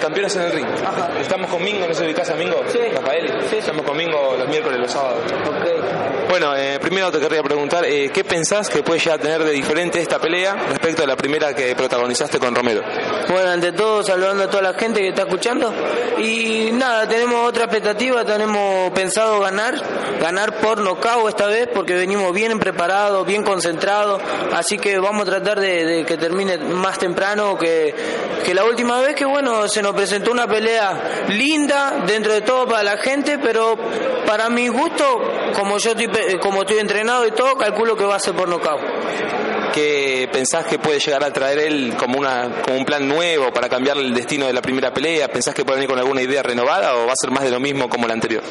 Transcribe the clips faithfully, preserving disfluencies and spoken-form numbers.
campeones en el ring. Ajá. Estamos con Mingo, ¿no se ubicás a Mingo? Sí. Rafael. Sí. Estamos con Mingo los miércoles, los sábados. Okay. Bueno, eh, primero te querría preguntar, eh, ¿qué pensás que puede ya tener de diferente esta pelea respecto a la primera que protagonizaste con Romero? Bueno, ante todo saludando a toda la gente que está escuchando y nada, tenemos otra expectativa, tenemos pensado ganar, ganar por nocaut esta vez porque venimos bien preparados, bien concentrados, así que vamos a tratar de, de que termine más temprano que, que la última vez, que bueno, se nos presentó una pelea linda dentro de todo para la gente, pero para mi gusto, como yo estoy, como estoy entrenado y todo, calculo que va a ser por nocaut. ¿Qué pensás que puede llegar a traer él como una como un plan nuevo para cambiar el destino de la primera pelea? ¿Pensás que puede venir con alguna idea renovada o va a ser más de lo mismo como la anterior?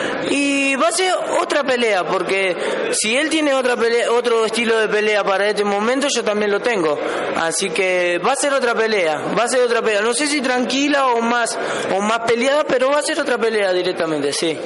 Y va a ser otra pelea, porque si él tiene otra pelea, otro estilo de pelea para este momento, yo también lo tengo. Así que va a ser otra pelea, va a ser otra pelea. No sé si tranquila o más o más peleada, pero va a ser otra pelea directamente, sí.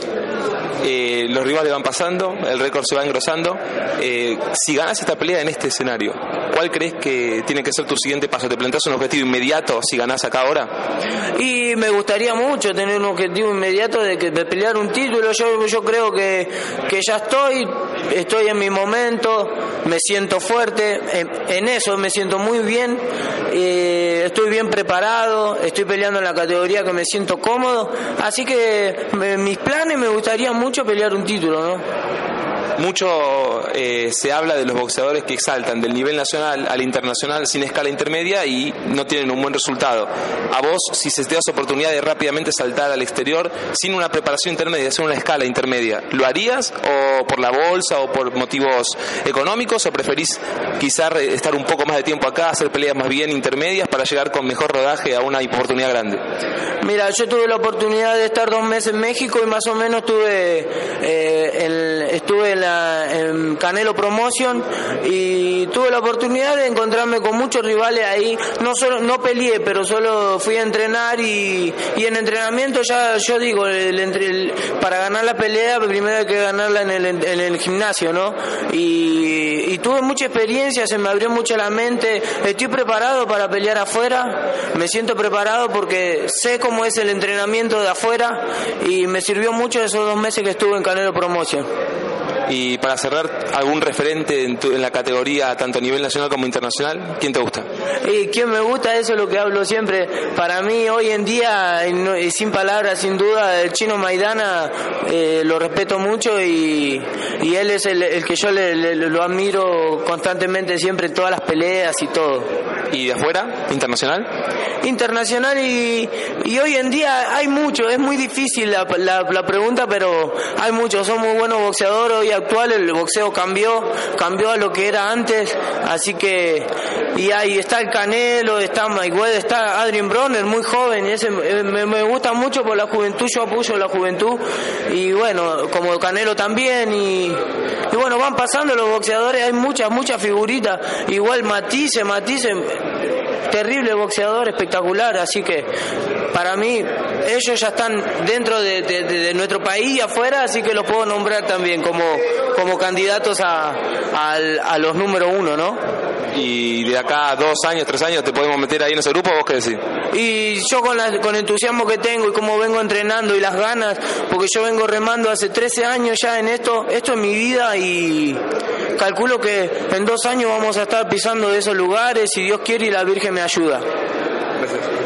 Eh, los rivales van pasando, el récord se va engrosando. Eh, si ganas esta pelea en este escenario, ¿cuál crees que tiene que ser tu siguiente paso? ¿Te planteas un objetivo inmediato si ganás acá ahora? Y me gustaría mucho tener un objetivo inmediato de, que, de pelear un título. Yo, yo creo que, que ya estoy, estoy en mi momento, me siento fuerte, en, en eso me siento muy bien, eh, estoy bien preparado, estoy peleando en la categoría que me siento cómodo, así que me, mis planes me gustaría mucho pelear un título, ¿no? Mucho eh, se habla de los boxeadores que saltan del nivel nacional al internacional sin escala intermedia y no tienen un buen resultado. A vos, si se te da esa oportunidad de rápidamente saltar al exterior sin una preparación intermedia, hacer una escala intermedia, ¿lo harías o por la bolsa o por motivos económicos o preferís quizás estar un poco más de tiempo acá, hacer peleas más bien intermedias para llegar con mejor rodaje a una oportunidad grande? Mira, yo tuve la oportunidad de estar dos meses en México y más o menos tuve eh, el, estuve en, la, en Canelo Promotion y tuve la oportunidad de encontrarme con muchos rivales ahí. No solo no peleé, pero solo fui a entrenar y, y en entrenamiento ya yo digo, el, el, para ganar la pelea primero hay que ganarla en el, en el gimnasio, ¿no? Y, y tuve mucha experiencia, se me abrió mucho la mente, estoy preparado para pelear afuera, me siento preparado porque sé cómo es el entrenamiento de afuera y me sirvió mucho esos dos meses que estuve en Canelo Promotion. Y para cerrar, ¿algún referente en, tu, en la categoría, tanto a nivel nacional como internacional? ¿Quién te gusta? Y quién me gusta, eso es lo que hablo siempre. Para mí, hoy en día, y sin palabras, sin duda, el Chino Maidana eh, lo respeto mucho y, y él es el, el que yo le, le, lo admiro constantemente, siempre en todas las peleas y todo. ¿Y de afuera? ¿Internacional? Internacional y, y hoy en día hay mucho, es muy difícil la, la, la pregunta, pero hay muchos, son muy buenos boxeadores hoy actual, el boxeo cambió, cambió a lo que era antes, así que, y ahí está el Canelo, está Mayweather, está Adrien Broner, muy joven, y ese me, me gusta mucho por la juventud, yo apoyo la juventud, y bueno, como Canelo también, y, y bueno, van pasando los boxeadores, hay muchas, muchas figuritas, igual Matisse, Matisse, terrible boxeador, espectacular, así que para mí ellos ya están dentro de, de, de nuestro país y afuera, así que los puedo nombrar también como, como candidatos a, a, a los número uno, ¿no? Y de acá a dos años, tres años, ¿te podemos meter ahí en ese grupo? ¿Vos qué decís? Y yo con, la, con el entusiasmo que tengo y cómo vengo entrenando y las ganas, porque yo vengo remando hace trece años ya en esto, esto es mi vida y calculo que en dos años vamos a estar pisando de esos lugares, si Dios quiere y la Virgen me ayuda. Gracias.